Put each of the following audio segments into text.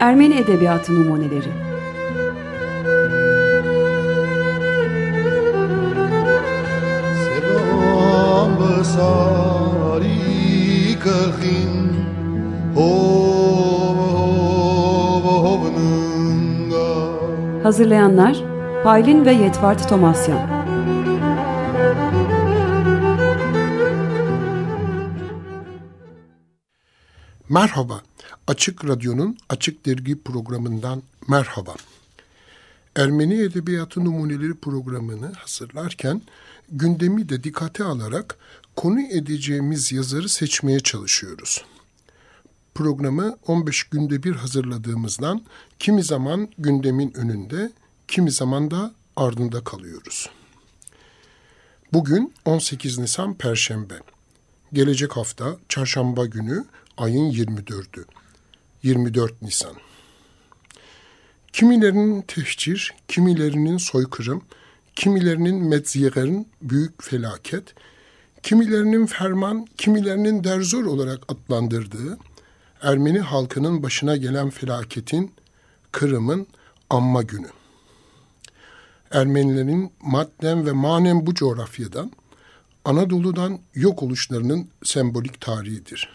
Ermeni Edebiyatı Numuneleri. Hazırlayanlar Paylin ve Yetvart Tomasyan. Merhaba, Açık Radyo'nun Açık Dergi programından merhaba. Ermeni Edebiyatı Numuneleri programını hazırlarken gündemi de dikkate alarak konu edeceğimiz yazarı seçmeye çalışıyoruz. Programı 15 günde bir hazırladığımızdan kimi zaman gündemin önünde, kimi zaman da ardında kalıyoruz. Bugün 18 Nisan Perşembe. Gelecek hafta Çarşamba günü ayın 24'ü. 24 Nisan. Kimilerinin tehcir, kimilerinin soykırım, kimilerinin metziyerin büyük felaket, kimilerinin ferman, kimilerinin derzor olarak adlandırdığı Ermeni halkının başına gelen felaketin, Kırım'ın anma günü. Ermenilerin madden ve manen bu coğrafyadan, Anadolu'dan yok oluşlarının sembolik tarihidir.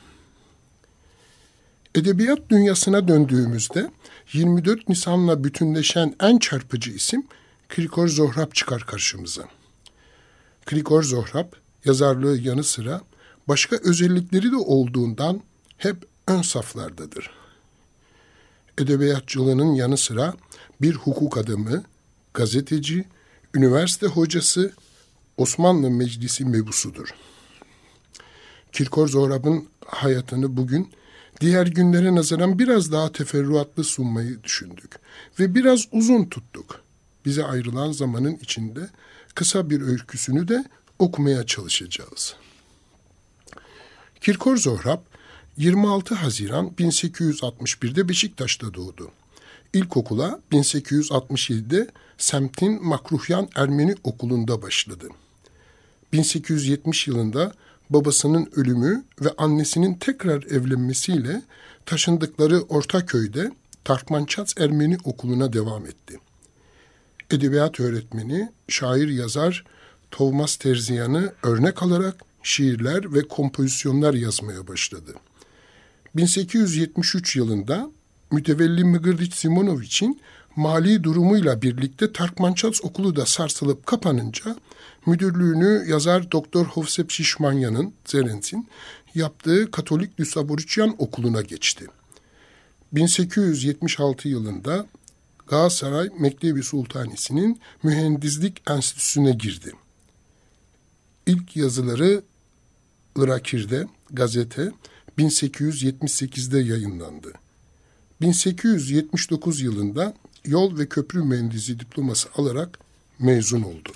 Edebiyat dünyasına döndüğümüzde 24 Nisan'la bütünleşen en çarpıcı isim Krikor Zohrab çıkar karşımıza. Krikor Zohrab yazarlığı yanı sıra başka özellikleri de olduğundan hep ön saflardadır. Edebiyatçılığının yanı sıra bir hukuk adamı, gazeteci, üniversite hocası, Osmanlı Meclisi mebusudur. Krikor Zohrab'ın hayatını bugün diğer günlere nazaran biraz daha teferruatlı sunmayı düşündük ve biraz uzun tuttuk. Bize ayrılan zamanın içinde kısa bir öyküsünü de okumaya çalışacağız. Krikor Zohrab 26 Haziran 1861'de Beşiktaş'ta doğdu. İlkokula 1867'de semtin Makruhyan Ermeni Okulu'nda başladı. 1870 yılında babasının ölümü ve annesinin tekrar evlenmesiyle taşındıkları Ortaköy'de Tarkmançats Ermeni Okulu'na devam etti. Edebiyat öğretmeni, şair yazar Tovmas Terziyan'ı örnek alarak şiirler ve kompozisyonlar yazmaya başladı. 1873 yılında mütevelli Mıgırdiç Simonoviç'in mali durumuyla birlikte Tarkmançats Okulu da sarsılıp kapanınca müdürlüğünü yazar Doktor Hovsep Şişmanyan'ın, Zerent'in yaptığı Katolik Lüsaboricyan Okulu'na geçti. 1876 yılında Galatasaray Mektebi Sultanisi'nin Mühendislik Enstitüsü'ne girdi. İlk yazıları Irakir'de, gazete 1878'de yayınlandı. 1879 yılında yol ve köprü mühendisi diploması alarak mezun oldu.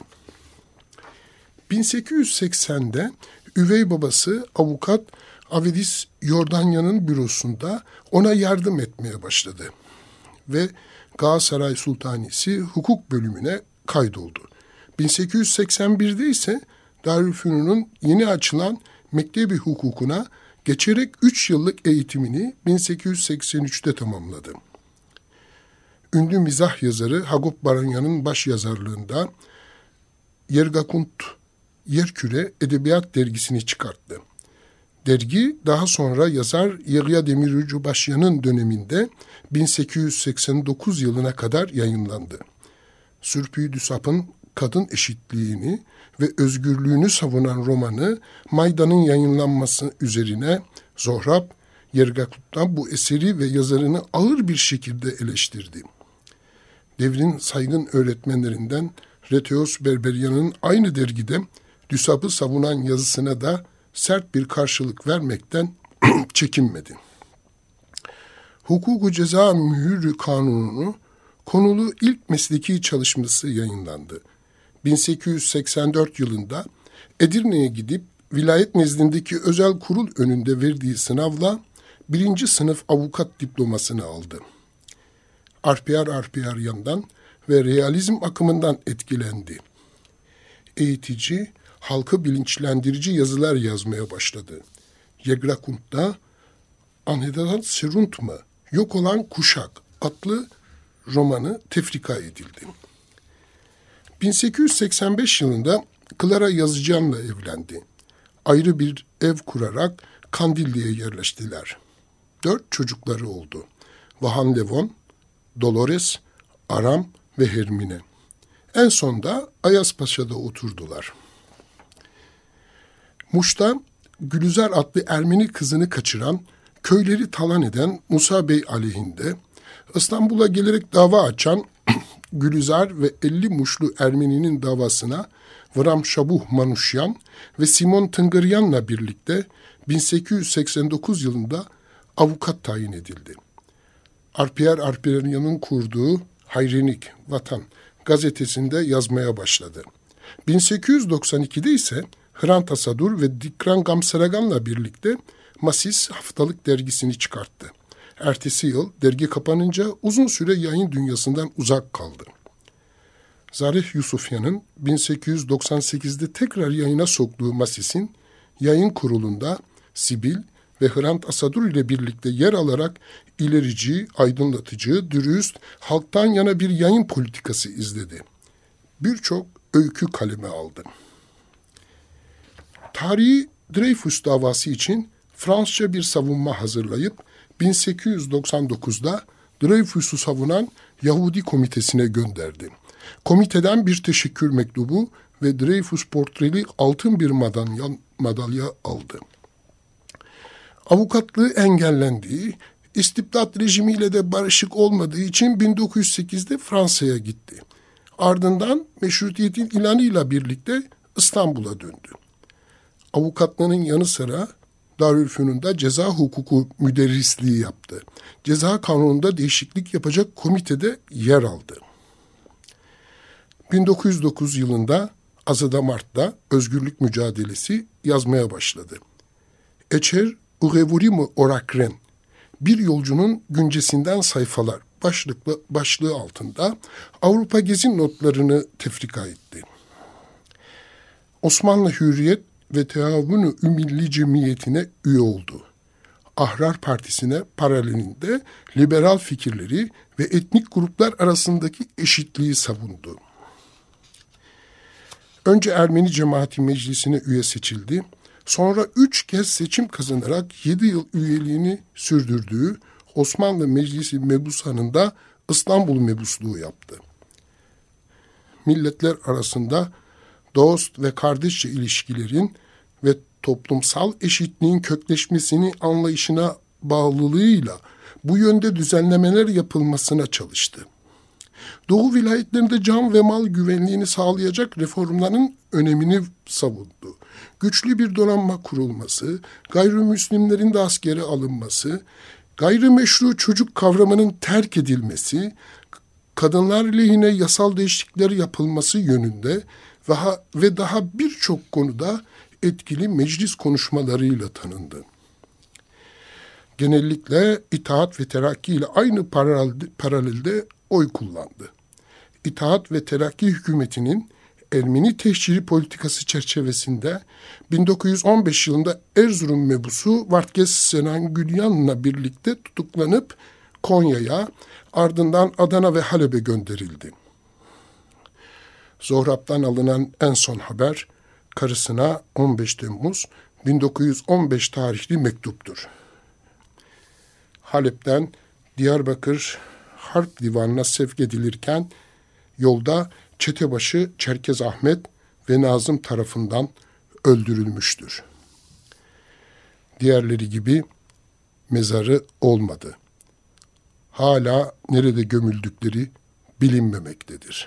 1880'de üvey babası avukat Avedis Yordanya'nın bürosunda ona yardım etmeye başladı ve Galatasaray Sultanisi hukuk bölümüne kaydoldu. 1881'de ise Darülfünun'un yeni açılan Mektebi Hukukuna geçerek 3 yıllık eğitimini 1883'te tamamladı. Ünlü mizah yazarı Hagop Baranyan'ın baş yazarlığında Yergakunt Yerküre Edebiyat Dergisi'ni çıkarttı. Dergi daha sonra yazar Yegya Demirci-Başyan'ın döneminde 1889 yılına kadar yayınlandı. Sürpü Düsap'ın kadın eşitliğini ve özgürlüğünü savunan romanı Maydan'ın yayınlanması üzerine Zohrab, Yergakunt'tan bu eseri ve yazarını ağır bir şekilde eleştirdi. Devrin saygın öğretmenlerinden Reteos Berberyan'ın aynı dergide Düsap'ı savunan yazısına da sert bir karşılık vermekten çekinmedi. Hukuku Ceza Mühürü Kanunu'nu konulu ilk mesleki çalışması yayınlandı. 1884 yılında Edirne'ye gidip vilayet nezdindeki özel kurul önünde verdiği sınavla 1. sınıf avukat diplomasını aldı. Arpiyar yandan ve realizm akımından etkilendi. Eğitici, halkı bilinçlendirici yazılar yazmaya başladı. Yergakunt'ta Anhedalat Seruntma, Yok Olan Kuşak adlı romanı tefrika edildi. 1885 yılında Clara Yazıcan'la evlendi. Ayrı bir ev kurarak Kandilli'ye yerleştiler. 4 çocukları oldu. Vahan Levon, Dolores, Aram ve Hermine. En son da Ayazpaşa'da oturdular. Muş'ta Gülizar adlı Ermeni kızını kaçıran, köyleri talan eden Musa Bey aleyhinde, İstanbul'a gelerek dava açan Gülizar ve 50 Muşlu Ermeni'nin davasına Vram Şabuh Manuşyan ve Simon Tıngıryan'la birlikte 1889 yılında avukat tayin edildi. Arpiyer Arpiyeryan'ın kurduğu Hayrenik Vatan gazetesinde yazmaya başladı. 1892'de ise Hrant Asadur ve Dikran Gamsaragan'la birlikte Masis haftalık dergisini çıkarttı. Ertesi yıl dergi kapanınca uzun süre yayın dünyasından uzak kaldı. Zarih Yusufyan'ın 1898'de tekrar yayına soktuğu Masis'in yayın kurulunda Sibil ve Hrant Asadur ile birlikte yer alarak ilerici, aydınlatıcı, dürüst, halktan yana bir yayın politikası izledi. Birçok öykü kaleme aldı. Tarihi Dreyfus davası için Fransızca bir savunma hazırlayıp 1899'da Dreyfus'u savunan Yahudi komitesine gönderdi. Komiteden bir teşekkür mektubu ve Dreyfus portreli altın bir madalya aldı. Avukatlığı engellendiği, istibdat rejimiyle de barışık olmadığı için 1908'de Fransa'ya gitti. Ardından meşrutiyetin ilanıyla birlikte İstanbul'a döndü. Avukatlığının yanı sıra Darülfünun'da ceza hukuku müderrisliği yaptı. Ceza kanununda değişiklik yapacak komitede yer aldı. 1909 yılında Azada Mart'ta özgürlük mücadelesi yazmaya başladı. Eçer Uğevurimo Orakren, bir yolcunun güncesinden sayfalar başlığı altında Avrupa Gezi notlarını tefrika etti. Osmanlı Hürriyet ve Teavun-u Ümilli Cemiyeti'ne üye oldu. Ahrar Partisi'ne paralelinde liberal fikirleri ve etnik gruplar arasındaki eşitliği savundu. Önce Ermeni Cemaati Meclisi'ne üye seçildi. Sonra 3 kez seçim kazanarak 7 yıl üyeliğini sürdürdüğü Osmanlı Meclisi Mebusanı'nda İstanbul Mebusluğu yaptı. Milletler arasında dost ve kardeşçe ilişkilerin ve toplumsal eşitliğin kökleşmesini anlayışına bağlılığıyla bu yönde düzenlemeler yapılmasına çalıştı. Doğu vilayetlerinde can ve mal güvenliğini sağlayacak reformların önemini savundu. Güçlü bir donanma kurulması, gayrimüslimlerin de askere alınması, gayrimeşru çocuk kavramının terk edilmesi, kadınlar lehine yasal değişiklikler yapılması yönünde ve daha birçok konuda etkili meclis konuşmalarıyla tanındı. Genellikle İttihat ve Terakki ile aynı paralelde oy kullandı. İttihat ve Terakki hükümetinin Ermeni tehciri politikası çerçevesinde 1915 yılında Erzurum mebusu Vartges Senan Gülyan'la birlikte tutuklanıp Konya'ya, ardından Adana ve Halep'e gönderildi. Zohrab'dan alınan en son haber, karısına 15 Temmuz 1915 tarihli mektuptur. Halep'ten Diyarbakır Harp Divanı'na sevk edilirken yolda çetebaşı Çerkez Ahmet ve Nazım tarafından öldürülmüştür. Diğerleri gibi mezarı olmadı. Hala nerede gömüldükleri bilinmemektedir.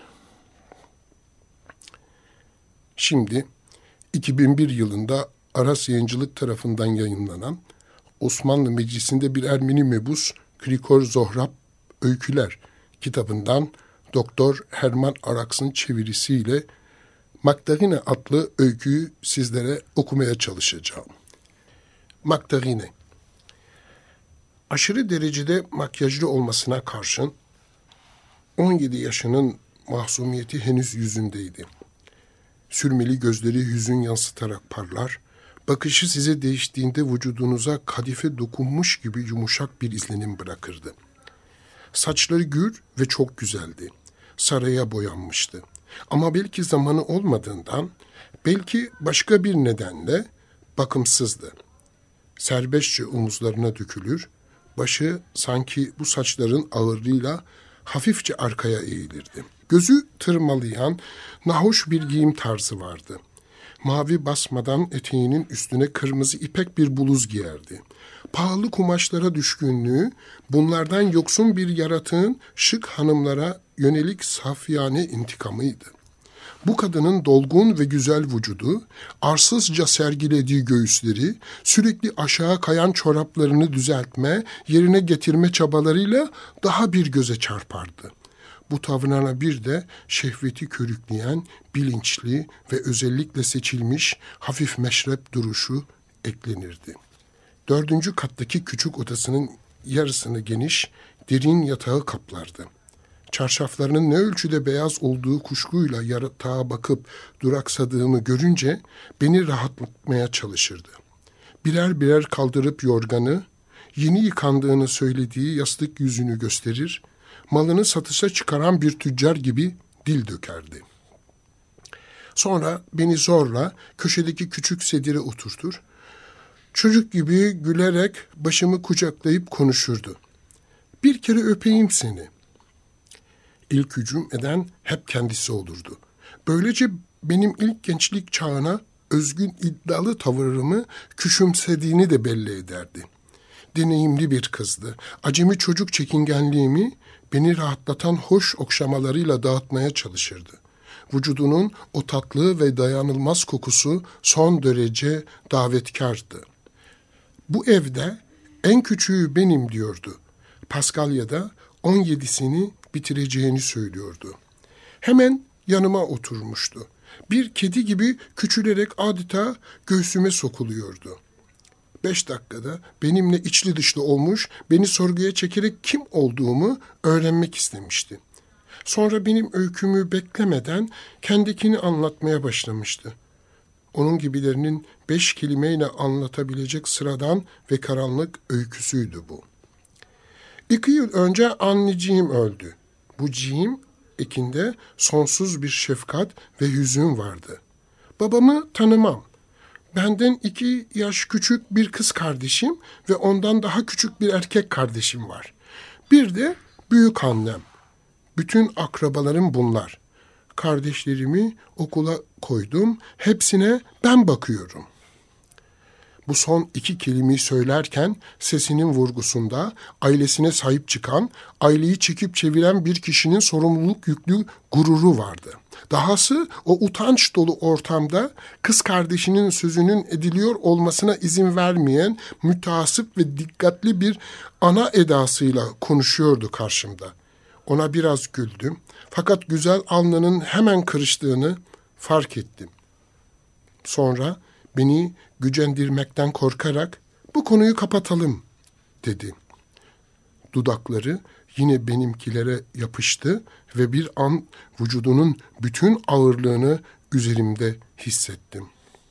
Şimdi 2001 yılında Aras Yayıncılık tarafından yayınlanan Osmanlı Meclisi'nde bir Ermeni mebus Krikor Zohrab Öyküler kitabından Doktor Herman Araks'ın çevirisiyle Magdalene adlı öyküyü sizlere okumaya çalışacağım. Magdalene, aşırı derecede makyajlı olmasına karşın 17 yaşının masumiyeti henüz yüzündeydi. Sürmeli gözleri hüzün yansıtarak parlar, Bakışı size değiştiğinde vücudunuza kadife dokunmuş gibi yumuşak bir izlenim bırakırdı. Saçları gür ve çok güzeldi. Sarıya boyanmıştı. Ama belki zamanı olmadığından, belki başka bir nedenle bakımsızdı. Serbestçe omuzlarına dökülür, başı sanki bu saçların ağırlığıyla hafifçe arkaya eğilirdi. Gözü tırmalayan, nahoş bir giyim tarzı vardı. Mavi basmadan eteğinin üstüne kırmızı ipek bir bluz giyerdi. Pahalı kumaşlara düşkünlüğü, bunlardan yoksun bir yaratığın şık hanımlara yönelik safiyane intikamıydı. Bu kadının dolgun ve güzel vücudu, arsızca sergilediği göğüsleri, sürekli aşağı kayan çoraplarını düzeltme, yerine getirme çabalarıyla daha bir göze çarpardı. Bu tavrına bir de şehveti körükleyen, bilinçli ve özellikle seçilmiş hafif meşrep duruşu eklenirdi. 4. kattaki küçük odasının yarısını geniş, derin yatağı kaplardı. Çarşaflarının ne ölçüde beyaz olduğu kuşkuyla yatağa bakıp duraksadığımı görünce beni rahatlatmaya çalışırdı. Birer birer kaldırıp yorganı, yeni yıkandığını söylediği yastık yüzünü gösterir, malını satışa çıkaran bir tüccar gibi dil dökerdi. Sonra beni zorla köşedeki küçük sedire oturtur, çocuk gibi gülerek başımı kucaklayıp konuşurdu. Bir kere öpeyim seni. İlk hücum eden hep kendisi olurdu. Böylece benim ilk gençlik çağına özgün iddialı tavırımı küçümsediğini de belli ederdi. Deneyimli bir kızdı. Acemi çocuk çekingenliğimi beni rahatlatan hoş okşamalarıyla dağıtmaya çalışırdı. Vücudunun o tatlı ve dayanılmaz kokusu son derece davetkardı. Bu evde en küçüğü benim diyordu. Paskalya'da 17'sini bitireceğini söylüyordu. Hemen yanıma oturmuştu. Bir kedi gibi küçülerek adeta göğsüme sokuluyordu. 5 dakikada benimle içli dışlı olmuş, beni sorguya çekerek kim olduğumu öğrenmek istemişti. Sonra benim öykümü beklemeden kendikini anlatmaya başlamıştı. Onun gibilerinin 5 kelimeyle anlatabilecek sıradan ve karanlık öyküsüydü bu. 2 yıl önce anneciğim öldü. Bu ciğim ekinde sonsuz bir şefkat ve hüzün vardı. Babamı tanımam. Benden 2 yaş küçük bir kız kardeşim ve ondan daha küçük bir erkek kardeşim var. Bir de büyük annem. Bütün akrabalarım bunlar. Kardeşlerimi okula koydum. Hepsine ben bakıyorum. Bu son 2 kelimeyi söylerken sesinin vurgusunda ailesine sahip çıkan, aileyi çekip çeviren bir kişinin sorumluluk yüklü gururu vardı. Dahası o utanç dolu ortamda kız kardeşinin sözünün ediliyor olmasına izin vermeyen müteasip ve dikkatli bir ana edasıyla konuşuyordu karşımda. Ona biraz güldüm fakat güzel alnının hemen kırıştığını fark ettim. Sonra beni gücendirmekten korkarak bu konuyu kapatalım dedi. Dudakları yine benimkilere yapıştı ve bir an vücudunun bütün ağırlığını üzerimde hissettim.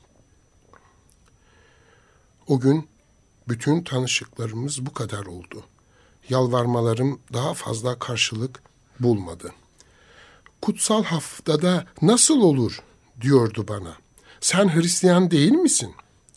O gün bütün tanışıklarımız bu kadar oldu. Yalvarmalarım daha fazla karşılık bulmadı. Kutsal haftada nasıl olur diyordu bana. Sen Hristiyan değil misin?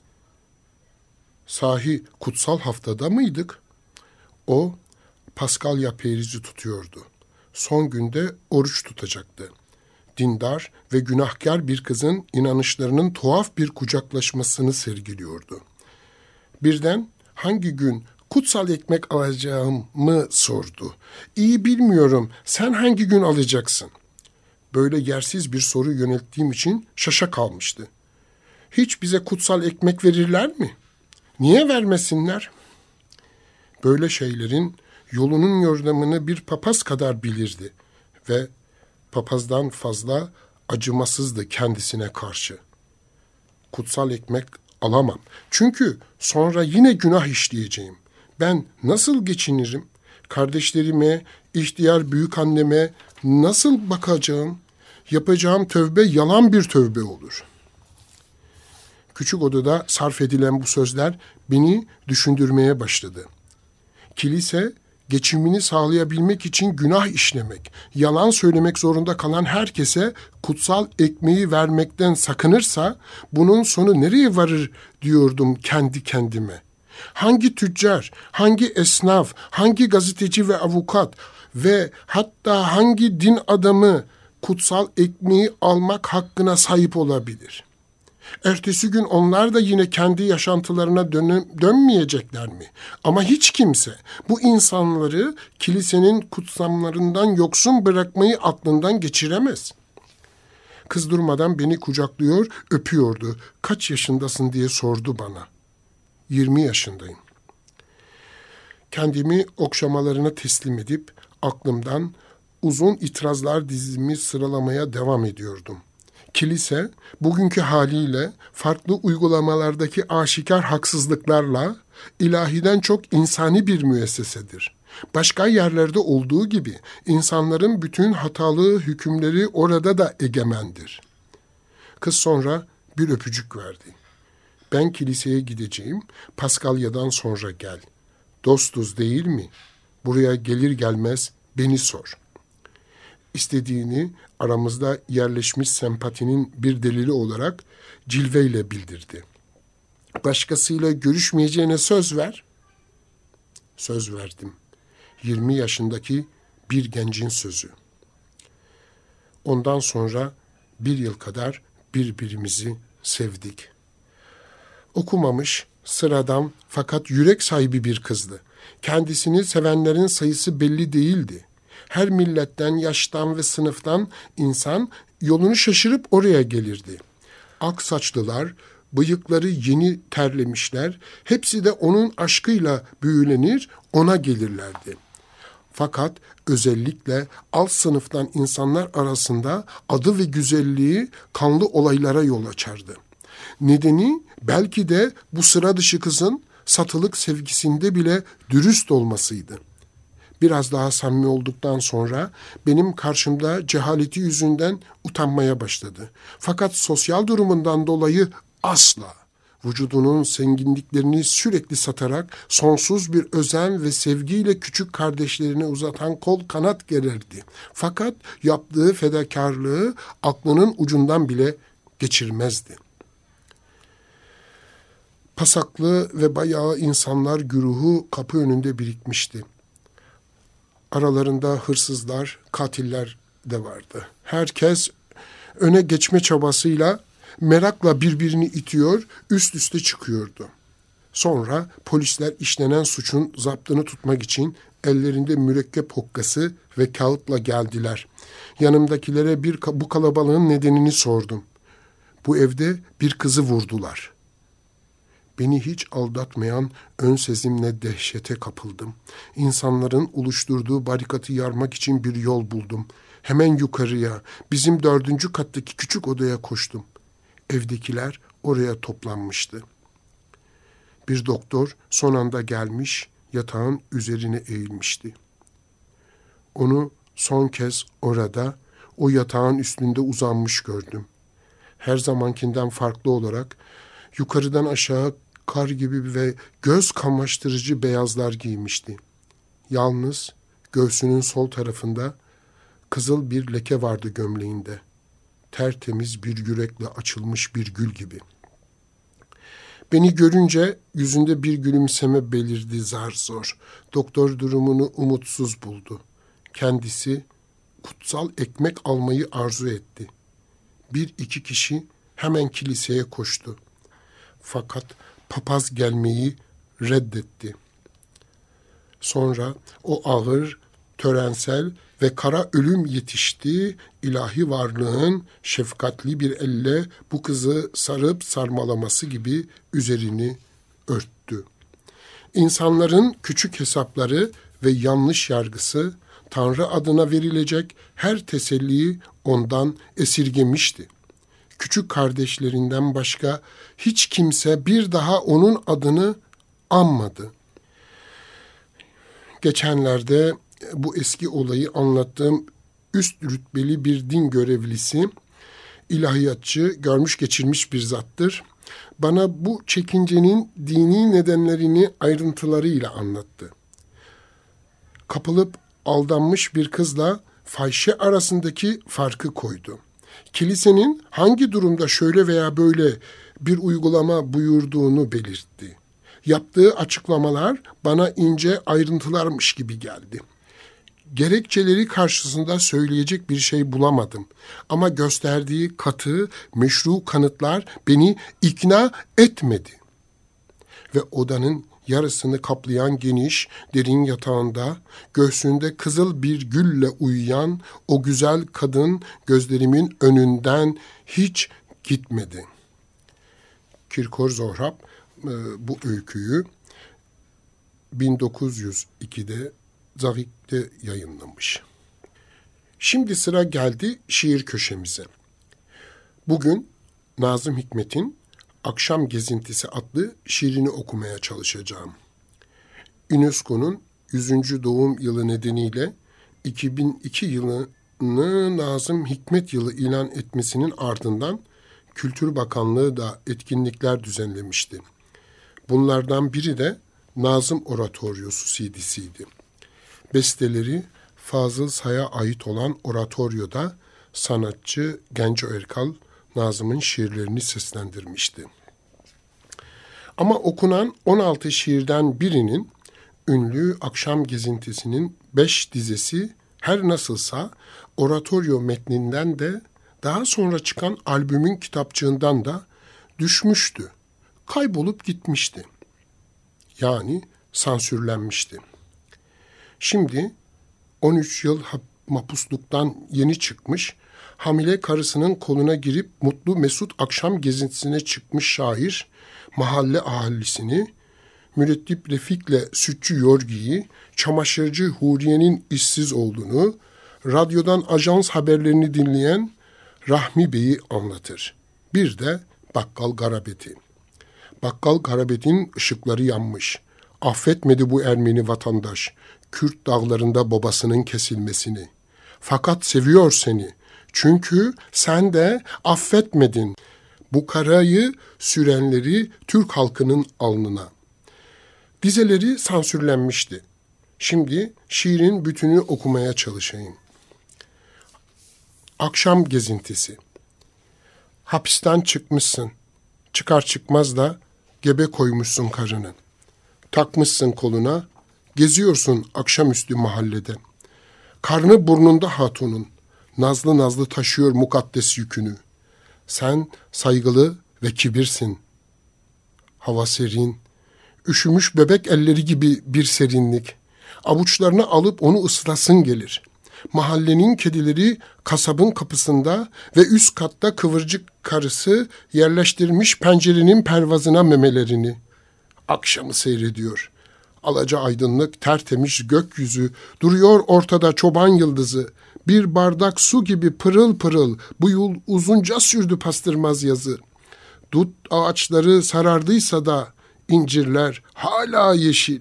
Sahi kutsal haftada mıydık? O Paskalya perizi tutuyordu. Son günde oruç tutacaktı. Dindar ve günahkar bir kızın inanışlarının tuhaf bir kucaklaşmasını sergiliyordu. Birden hangi gün kutsal ekmek alacağımı sordu. İyi bilmiyorum, sen hangi gün alacaksın? Böyle yersiz bir soru yönelttiğim için şaşa kalmıştı. Hiç bize kutsal ekmek verirler mi? Niye vermesinler? Böyle şeylerin yolunun yordamını bir papaz kadar bilirdi ve papazdan fazla acımasızdı kendisine karşı. Kutsal ekmek alamam. Çünkü sonra yine günah işleyeceğim. Ben nasıl geçinirim? Kardeşlerime, ihtiyar büyükanneme nasıl bakacağım? Yapacağım tövbe yalan bir tövbe olur. Küçük odada sarf edilen bu sözler beni düşündürmeye başladı. Kilise, geçimini sağlayabilmek için günah işlemek, yalan söylemek zorunda kalan herkese kutsal ekmeği vermekten sakınırsa bunun sonu nereye varır diyordum kendi kendime. Hangi tüccar, hangi esnaf, hangi gazeteci ve avukat ve hatta hangi din adamı kutsal ekmeği almak hakkına sahip olabilir? Ertesi gün onlar da yine kendi yaşantılarına dönmeyecekler mi? Ama hiç kimse bu insanları kilisenin kutsamlarından yoksun bırakmayı aklından geçiremez. Kız durmadan beni kucaklıyor, öpüyordu. Kaç yaşındasın diye sordu bana. 20 yaşındayım. Kendimi okşamalarına teslim edip aklımdan uzun itirazlar dizimi sıralamaya devam ediyordum. Kilise bugünkü haliyle farklı uygulamalardaki aşikar haksızlıklarla ilahiden çok insani bir müessesedir. Başka yerlerde olduğu gibi insanların bütün hatalı hükümleri orada da egemendir. Kız sonra bir öpücük verdi. Ben kiliseye gideceğim, Paskalya'dan sonra gel. Dostuz değil mi? Buraya gelir gelmez beni sor. İstediğini aramızda yerleşmiş sempatinin bir delili olarak cilveyle bildirdi. Başkasıyla görüşmeyeceğine söz ver. Söz verdim. 20 yaşındaki bir gencin sözü. Ondan sonra 1 yıl kadar birbirimizi sevdik. Okumamış, sıradan fakat yürek sahibi bir kızdı. Kendisini sevenlerin sayısı belli değildi. Her milletten, yaştan ve sınıftan insan yolunu şaşırıp oraya gelirdi. Ak saçlılar, bıyıkları yeni terlemişler, hepsi de onun aşkıyla büyülenir, ona gelirlerdi. Fakat özellikle alt sınıftan insanlar arasında adı ve güzelliği kanlı olaylara yol açardı. Nedeni belki de bu sıra dışı kızın satılık sevgisinde bile dürüst olmasıydı. Biraz daha samimi olduktan sonra benim karşımda cehaleti yüzünden utanmaya başladı. Fakat sosyal durumundan dolayı asla, vücudunun zenginliklerini sürekli satarak sonsuz bir özen ve sevgiyle küçük kardeşlerine uzatan kol kanat gererdi. Fakat yaptığı fedakarlığı aklının ucundan bile geçirmezdi. Pasaklı ve bayağı insanlar güruhu kapı önünde birikmişti. Aralarında hırsızlar, katiller de vardı. Herkes öne geçme çabasıyla merakla birbirini itiyor, üst üste çıkıyordu. Sonra polisler işlenen suçun zaptını tutmak için ellerinde mürekkep hokkası ve kağıtla geldiler. Yanımdakilere bu kalabalığın nedenini sordum. Bu evde bir kızı vurdular. Beni hiç aldatmayan ön sezimle dehşete kapıldım. İnsanların oluşturduğu barikatı yarmak için bir yol buldum. Hemen yukarıya, bizim 4. kattaki küçük odaya koştum. Evdekiler oraya toplanmıştı. Bir doktor son anda gelmiş, yatağın üzerine eğilmişti. Onu son kez orada, o yatağın üstünde uzanmış gördüm. Her zamankinden farklı olarak yukarıdan aşağı kar gibi ve göz kamaştırıcı beyazlar giymişti. Yalnız göğsünün sol tarafında kızıl bir leke vardı gömleğinde. Tertemiz bir yürekle açılmış bir gül gibi. Beni görünce yüzünde bir gülümseme belirdi zar zor. Doktor durumunu umutsuz buldu. Kendisi kutsal ekmek almayı arzu etti. 1-2 kişi hemen kiliseye koştu. Fakat papaz gelmeyi reddetti. Sonra o ağır, törensel ve kara ölüm yetişti. İlahi varlığın şefkatli bir elle bu kızı sarıp sarmalaması gibi üzerini örttü. İnsanların küçük hesapları ve yanlış yargısı Tanrı adına verilecek her teselliyi ondan esirgemişti. Küçük kardeşlerinden başka hiç kimse bir daha onun adını anmadı. Geçenlerde bu eski olayı anlattığım üst rütbeli bir din görevlisi, ilahiyatçı, görmüş geçirmiş bir zattır. Bana bu çekincenin dini nedenlerini ayrıntılarıyla anlattı. Kapılıp aldanmış bir kızla fahişe arasındaki farkı koydu. Kilisenin hangi durumda şöyle veya böyle bir uygulama buyurduğunu belirtti. Yaptığı açıklamalar bana ince ayrıntılarmış gibi geldi. Gerekçeleri karşısında söyleyecek bir şey bulamadım. Ama gösterdiği katı, meşru kanıtlar beni ikna etmedi. Ve odanın yarısını kaplayan geniş, derin yatağında, göğsünde kızıl bir gülle uyuyan o güzel kadın gözlerimin önünden hiç gitmedi. Kirkor Zohrab bu öyküyü 1902'de Zavig'de yayınlamış. Şimdi sıra geldi şiir köşemize. Bugün Nazım Hikmet'in Akşam Gezintisi adlı şiirini okumaya çalışacağım. UNESCO'nun 100. doğum yılı nedeniyle 2002 yılını Nazım Hikmet yılı ilan etmesinin ardından Kültür Bakanlığı da etkinlikler düzenlemişti. Bunlardan biri de Nazım Oratoryosu CD'siydi. Besteleri Fazıl Say'a ait olan oratoryoda sanatçı Genco Erkal Nazım'ın şiirlerini seslendirmişti. Ama okunan 16 şiirden birinin ünlü Akşam Gezintisinin 5 dizesi her nasılsa oratoryo metninden de daha sonra çıkan albümün kitapçığından da düşmüştü. Kaybolup gitmişti. Yani sansürlenmişti. Şimdi 13 yıl mapusluktan yeni çıkmış, hamile karısının koluna girip mutlu mesut akşam gezintisine çıkmış şair, mahalle ahalisini, mürettip Refik'le sütçü Yorgi'yi, çamaşırcı Huriye'nin işsiz olduğunu, radyodan ajans haberlerini dinleyen Rahmi Bey'i anlatır. Bir de Bakkal Garabet'i. Bakkal Garabet'in ışıkları yanmış. Affetmedi bu Ermeni vatandaş, Kürt dağlarında babasının kesilmesini. Fakat seviyor seni. Çünkü sen de affetmedin bu karayı sürenleri Türk halkının alnına. Dizeleri sansürlenmişti. Şimdi şiirin bütünü okumaya çalışayım. Akşam gezintisi. Hapisten çıkmışsın. Çıkar çıkmaz da gebe koymuşsun karını. Takmışsın koluna, geziyorsun akşamüstü mahallede. Karnı burnunda hatunun, nazlı nazlı taşıyor mukaddes yükünü. Sen saygılı ve kibirsin. Hava serin, üşümüş bebek elleri gibi bir serinlik. Avuçlarını alıp onu ısıtasın gelir. Mahallenin kedileri kasabın kapısında ve üst katta kıvırcık karısı yerleştirmiş pencerenin pervazına memelerini. Akşamı seyrediyor. Alaca aydınlık, tertemiz gökyüzü, duruyor ortada çoban yıldızı. Bir bardak su gibi pırıl pırıl, bu yıl uzunca sürdü pastırmaz yazı. Dut ağaçları sarardıysa da incirler hala yeşil.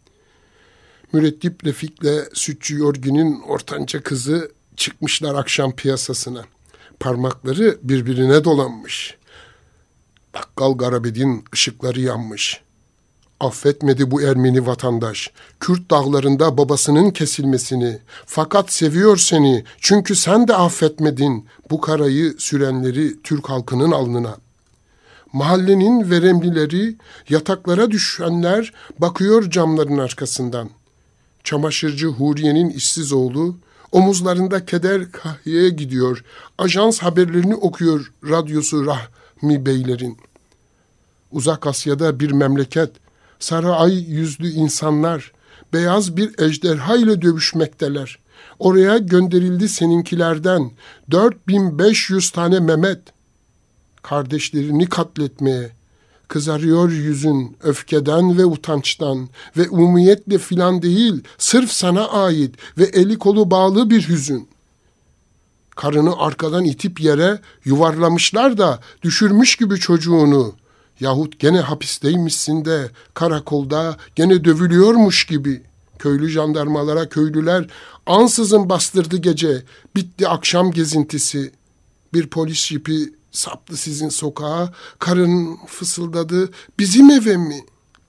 Mürettip Refik'le sütçü Yorgi'nin ortanca kızı çıkmışlar akşam piyasasına. Parmakları birbirine dolanmış. Bakkal Garabet'in ışıkları yanmış. Affetmedi bu Ermeni vatandaş, Kürt dağlarında babasının kesilmesini. Fakat seviyor seni, çünkü sen de affetmedin bu karayı sürenleri Türk halkının alnına. Mahallenin veremlileri, yataklara düşenler bakıyor camların arkasından. Çamaşırcı Huriye'nin işsiz oğlu, omuzlarında keder kahveye gidiyor. Ajans haberlerini okuyor radyosu Rahmi Beylerin. Uzak Asya'da bir memleket, sarı ay yüzlü insanlar, beyaz bir ejderha ile dövüşmekteler. Oraya gönderildi seninkilerden 4500 tane Mehmet. Kardeşlerini katletmeye, kızarıyor yüzün öfkeden ve utançtan ve umumiyetle filan değil, sırf sana ait ve eli kolu bağlı bir hüzün. Karını arkadan itip yere yuvarlamışlar da düşürmüş gibi çocuğunu. Yahut gene hapisteymişsin de karakolda gene dövülüyormuş gibi. Köylü jandarmalara köylüler ansızın bastırdı gece. Bitti akşam gezintisi. Bir polis jipi Saptı sizin sokağa, karın fısıldadı, bizim eve mi?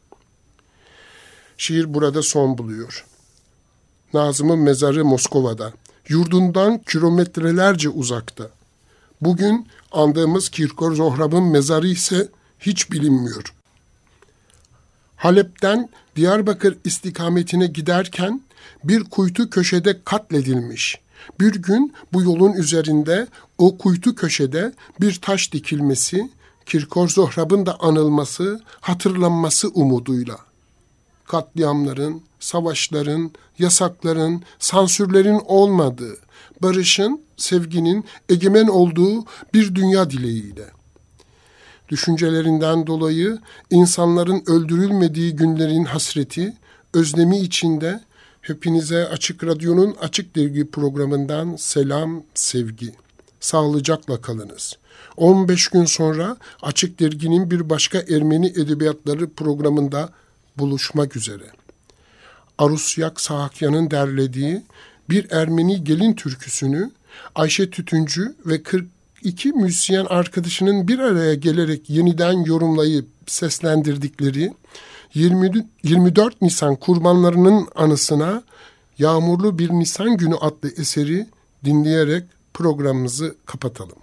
Şiir burada son buluyor. Nazım'ın mezarı Moskova'da, yurdundan kilometrelerce uzakta. Bugün andığımız Kirkor Zohrab'ın mezarı ise hiç bilinmiyor. Halep'ten Diyarbakır istikametine giderken bir kuytu köşede katledilmiş. Bir gün bu yolun üzerinde o kuytu köşede bir taş dikilmesi, Kirkor Zohrab'ın da anılması, hatırlanması umuduyla. Katliamların, savaşların, yasakların, sansürlerin olmadığı, barışın, sevginin egemen olduğu bir dünya dileğiyle. Düşüncelerinden dolayı insanların öldürülmediği günlerin hasreti, özlemi içinde hepinize Açık Radyo'nun Açık Dergi programından selam, sevgi. Sağlıcakla kalınız. 15 gün sonra Açık Dergi'nin bir başka Ermeni Edebiyatları programında buluşmak üzere. Arusyak Sahakyan'ın derlediği bir Ermeni gelin türküsünü Ayşe Tütüncü ve 42 müzisyen arkadaşının bir araya gelerek yeniden yorumlayıp seslendirdikleri 24 Nisan kurbanlarının anısına Yağmurlu Bir Nisan Günü adlı eseri dinleyerek programımızı kapatalım.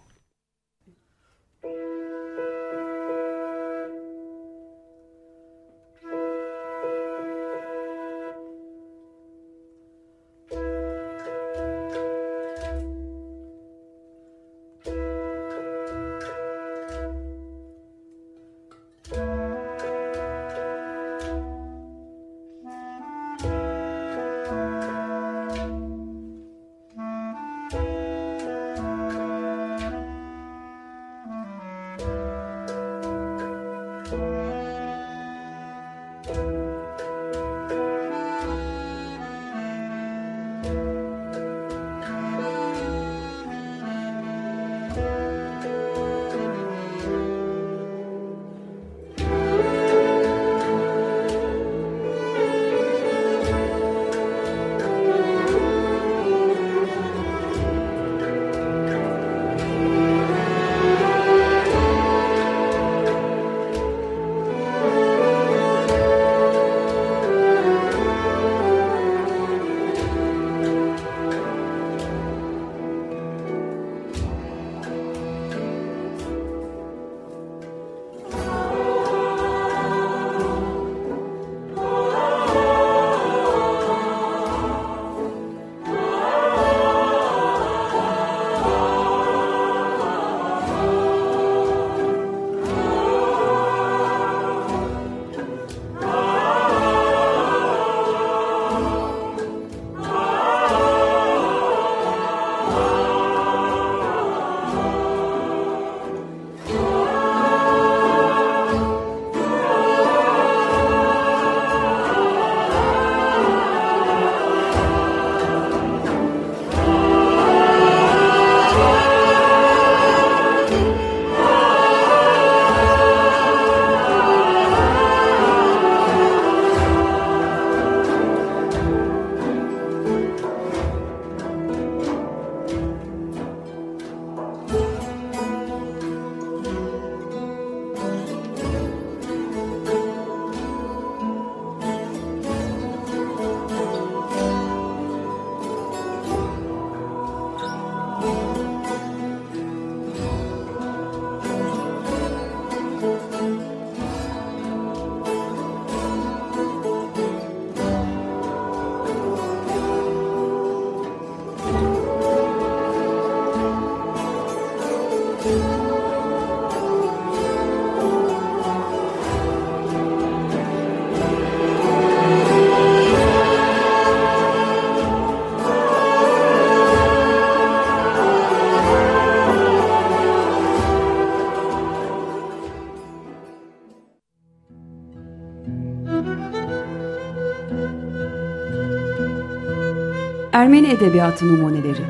Ermeni Edebiyatı Numuneleri.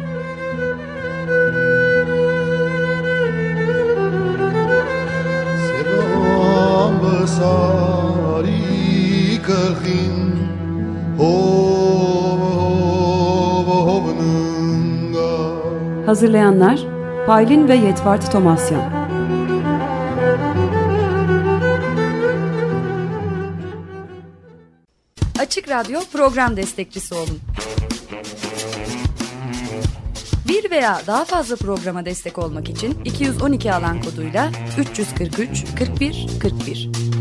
Hazırlayanlar Paylin ve Yetvart Tomasyan. Açık Radyo program destekçisi olun. Bir veya daha fazla programa destek olmak için 212 alan koduyla 343 41 41.